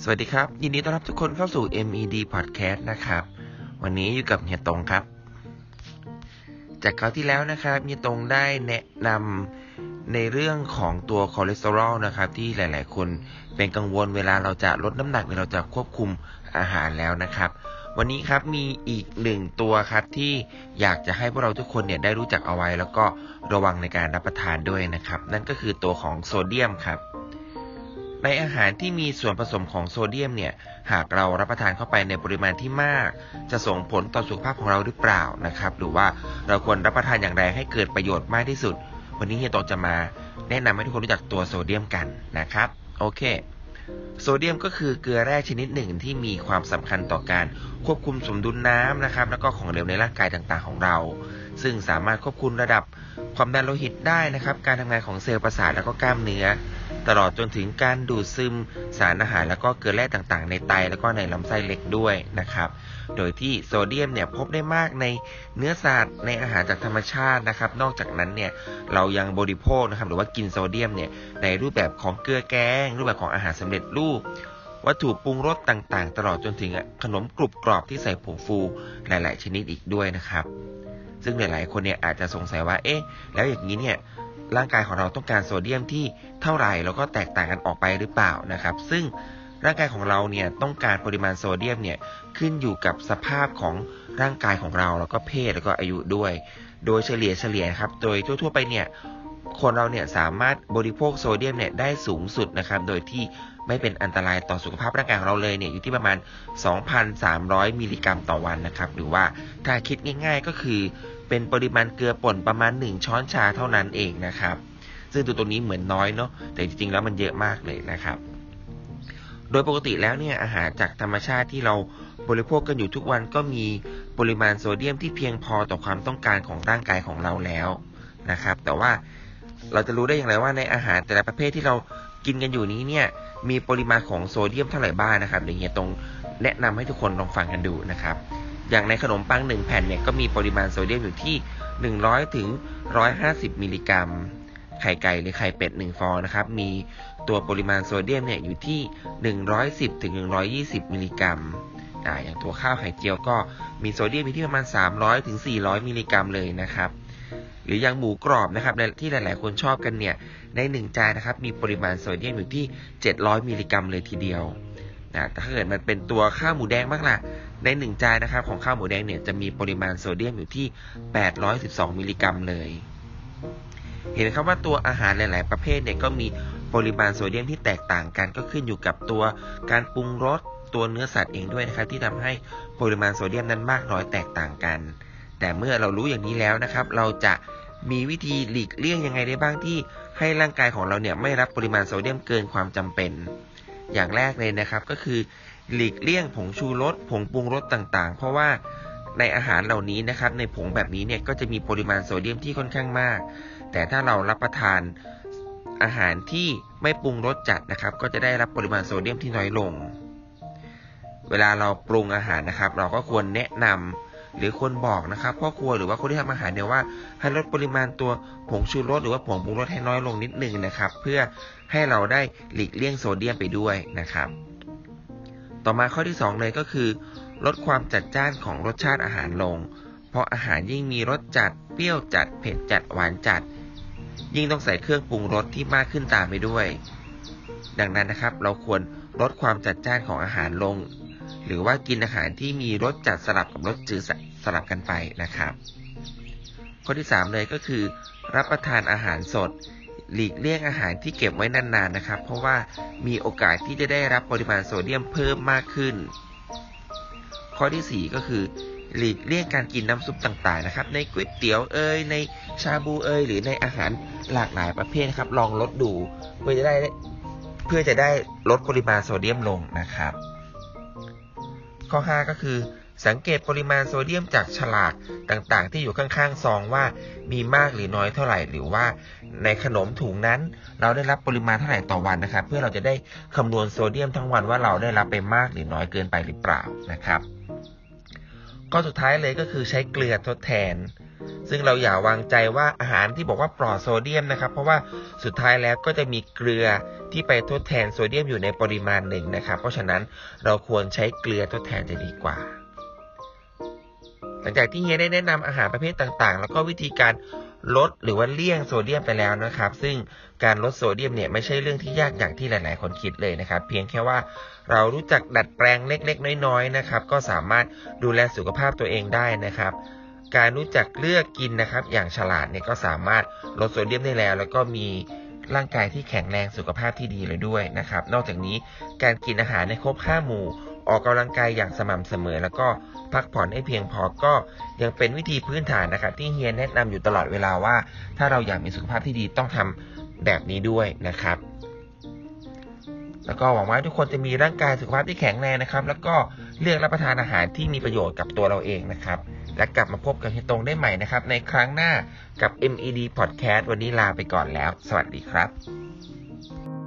สวัสดีครับยินดีต้อนรับทุกคนเข้าสู่ MED Podcast นะครับวันนี้อยู่กับเฮียตงครับจากคราวที่แล้วนะครับเฮียตงได้แนะนำในเรื่องของตัวคอเลสเตอรอลนะครับที่หลายๆคนเป็นกังวลเวลาเราจะลดน้ำหนักหรือเราจะควบคุมอาหารแล้วนะครับวันนี้ครับมีอีกหนึ่งตัวครับที่อยากจะให้พวกเราทุกคนเนี่ยได้รู้จักเอาไว้แล้วก็ระวังในการรับประทานด้วยนะครับนั่นก็คือตัวของโซเดียมครับในอาหารที่มีส่วนผสมของโซเดียมเนี่ยหากเรารับประทานเข้าไปในปริมาณที่มากจะส่งผลต่อสุขภาพของเราหรือเปล่านะครับหรือว่าเราควรรับประทานอย่างไรให้เกิดประโยชน์มากที่สุดวันนี้เฮียโตจะมาแนะนำให้ทุกคนรู้จักตัวโซเดียมกันนะครับโอเคโซเดียมก็คือเกลือแร่ชนิดหนึ่งที่มีความสำคัญต่อการควบคุมสมดุลน้ำนะครับแล้วก็ของเหลวในร่างกายต่างๆของเราซึ่งสามารถควบคุมระดับความดันโลหิตได้นะครับการทำงานของเซลล์ประสาทแล้วก็กล้ามเนื้อตลอดจนถึงการดูดซึมสารอาหารแล้วก็เกลือแร่ต่างๆในไตแล้วก็ในลำไส้เล็กด้วยนะครับโดยที่โซเดียมเนี่ยพบได้มากในเนื้อสัตว์ในอาหารจากธรรมชาตินะครับนอกจากนั้นเนี่ยเรายังบริโภคนะครับหรือว่ากินโซเดียมเนี่ยในรูปแบบของเกลือแกงรูปแบบของอาหารสำเร็จรูปวัตถุปรุงรสต่างๆตลอดจนถึงขนมกรุบกรอบที่ใส่ผงฟูหลายๆชนิดอีกด้วยนะครับซึ่งหลายๆคนเนี่ยอาจจะสงสัยว่าแล้วอย่างนี้เนี่ยร่างกายของเราต้องการโซเดียมที่เท่าไหร่แล้วก็แตกต่างกันออกไปหรือเปล่านะครับซึ่งร่างกายของเราเนี่ยต้องการปริมาณโซเดียมเนี่ยขึ้นอยู่กับสภาพของร่างกายของเราแล้วก็เพศแล้วก็อายุด้วยโดยเฉลี่ยครับโดยทั่วๆไปเนี่ยคนเราเนี่ยสามารถบริโภคโซเดียมเนี่ยได้สูงสุดนะครับโดยที่ไม่เป็นอันตรายต่อสุขภาพร่างกายของเราเลยเนี่ยอยู่ที่ประมาณ 2,300 มิลลิกรัมต่อวันนะครับหรือว่าถ้าคิดง่ายๆก็คือเป็นปริมาณเกลือป่นประมาณ1ช้อนชาเท่านั้นเองนะครับซึ่งตัวนี้เหมือนน้อยเนาะแต่จริงๆแล้วมันเยอะมากเลยนะครับโดยปกติแล้วเนี่ยอาหารจากธรรมชาติที่เราบริโภคกันอยู่ทุกวันก็มีปริมาณโซเดียมที่เพียงพอต่อความต้องการของร่างกายของเราแล้วนะครับแต่ว่าเราจะรู้ได้อย่างไรว่าในอาหารแต่ละประเภทที่เรากินกันอยู่นี้เนี่ยมีปริมาณของโซเดียมเท่าไหร่บ้างนะครับเดี๋ยวเฮียตรงแนะนำให้ทุกคนลองฟังกันดูนะครับอย่างในขนมปัง1แผ่นเนี่ยก็มีปริมาณโซเดียมอยู่ที่100ถึง150มิลลิกรัมไข่ไก่หรือไข่เป็ด1ฟองนะครับมีตัวปริมาณโซเดียมเนี่ยอยู่ที่110ถึง120มิลลิกรัมอย่างตัวข้าวไข่เจียวก็มีโซเดียมอยู่ที่ประมาณ300ถึง400มิลลิกรัมเลยนะครับหรืออย่างหมูกรอบนะครับที่หลายๆคนชอบกันเนี่ยใน1จานนะครับมีปริมาณโซเดียมอยู่ที่700มิลลิกรัมเลยทีเดียวแต่ถ้าเกิดมันเป็นตัวข้าวหมูแดงบ้างล่ะใน1จานนะครับของข้าวหมูแดงเนี่ยจะมีปริมาณโซเดียมอยู่ที่812มิลลิกรัมเลยเห็นไหมครับว่าตัวอาหารหลายๆประเภทเนี่ยก็มีปริมาณโซเดียมที่แตกต่างกันก็ขึ้นอยู่กับตัวการปรุงรสตัวเนื้อสัตว์เองด้วยนะครับที่ทำให้ปริมาณโซเดียมนั้นมากน้อยแตกต่างกันแต่เมื่อเรารู้อย่างนี้แล้วนะครับเราจะมีวิธีหลีกเลี่ยงยังไงได้บ้างที่ให้ร่างกายของเราเนี่ยไม่รับปริมาณโซเดียมเกินความจำเป็นอย่างแรกเลยนะครับก็คือหลีกเลี่ยงผงชูรสผงปรุงรสต่างๆเพราะว่าในอาหารเหล่านี้นะครับในผงแบบนี้เนี่ยก็จะมีปริมาณโซเดียมที่ค่อนข้างมากแต่ถ้าเรารับประทานอาหารที่ไม่ปรุงรสจัดนะครับก็จะได้รับปริมาณโซเดียมที่น้อยลงเวลาเราปรุงอาหารนะครับเราก็ควรแนะนำหรือควรบอกนะครับพ่อครัวหรือว่าคนที่ทำอาหารเนี่ยว่าให้ลดปริมาณตัวผงชูรสหรือว่าผงปรุงรสให้น้อยลงนิดนึงนะครับเพื่อให้เราได้หลีกเลี่ยงโซเดียมไปด้วยนะครับต่อมาข้อที่2เลยก็คือลดความจัดจ้านของรสชาติอาหารลงเพราะอาหารยิ่งมีรสจัดเปรี้ยวจัดเผ็ดจัดหวานจัดยิ่งต้องใส่เครื่องปรุงรสที่มากขึ้นตามไปด้วยดังนั้นนะครับเราควรลดความจัดจ้านของอาหารลงหรือว่ากินอาหารที่มีรสจัดสลับกับรสจืดสลับกันไปนะครับข้อที่3เลยก็คือรับประทานอาหารสดหลีกเลี่ยงอาหารที่เก็บไว้นานๆนะครับเพราะว่ามีโอกาสที่จะได้รับปริมาณโซเดียมเพิ่มมากขึ้นข้อที่4ก็คือหลีกเลี่ยงการกินน้ำซุปต่างๆนะครับในก๋วยเตี๋ยวในชาบูหรือในอาหารหลากหลายประเภทครับลองลดดูเพื่อจะได้ลดปริมาณโซเดียมลงนะครับข้อ5ก็คือสังเกตปริมาณโซเดียมจากฉลากต่างๆที่อยู่ข้างๆซองว่ามีมากหรือน้อยเท่าไหร่หรือว่าในขนมถุงนั้นเราได้รับปริมาณเท่าไหร่ต่อวันนะครับเพื่อเราจะได้คำนวณโซเดียมทั้งวันว่าเราได้รับไปมากหรือน้อยเกินไปหรือเปล่านะครับข้อสุดท้ายเลยก็คือใช้เกลือทดแทนซึ่งเราอย่าวางใจว่าอาหารที่บอกว่าปลอดโซเดียมนะครับเพราะว่าสุดท้ายแล้วก็จะมีเกลือที่ไปทดแทนโซเดียมอยู่ในปริมาณหนึ่งนะครับเพราะฉะนั้นเราควรใช้เกลือทดแทนจะดีกว่าหลังจากที่เฮียได้แนะนำอาหารประเภทต่างๆแล้วก็วิธีการลดหรือว่าเลี่ยงโซเดียมไปแล้วนะครับซึ่งการลดโซเดียมเนี่ยไม่ใช่เรื่องที่ยากอย่างที่หลายๆคนคิดเลยนะครับเพียงแค่ว่าเรารู้จักดัดแปลงเล็กๆน้อยๆนะครับก็สามารถดูแลสุขภาพตัวเองได้นะครับการรู้จักเลือกกินนะครับอย่างฉลาดเนี่ยก็สามารถลดโซเดียมได้แล้วก็มีร่างกายที่แข็งแรงสุขภาพที่ดีเลยด้วยนะครับนอกจากนี้การกินอาหารในครบ5หมู่ออกกำลังกายอย่างสม่ำเสมอแล้วก็พักผ่อนให้เพียงพอก็ยังเป็นวิธีพื้นฐานนะครับที่เฮียแนะนำอยู่ตลอดเวลาว่าถ้าเราอยากมีสุขภาพที่ดีต้องทำแบบนี้ด้วยนะครับแล้วก็หวังว่าทุกคนจะมีร่างกายสุขภาพที่แข็งแรงนะครับแล้วก็เลือกรับประทานอาหารที่มีประโยชน์กับตัวเราเองนะครับและกลับมาพบกับเฮียตงได้ใหม่นะครับในครั้งหน้ากับ MED Podcast วันนี้ลาไปก่อนแล้วสวัสดีครับ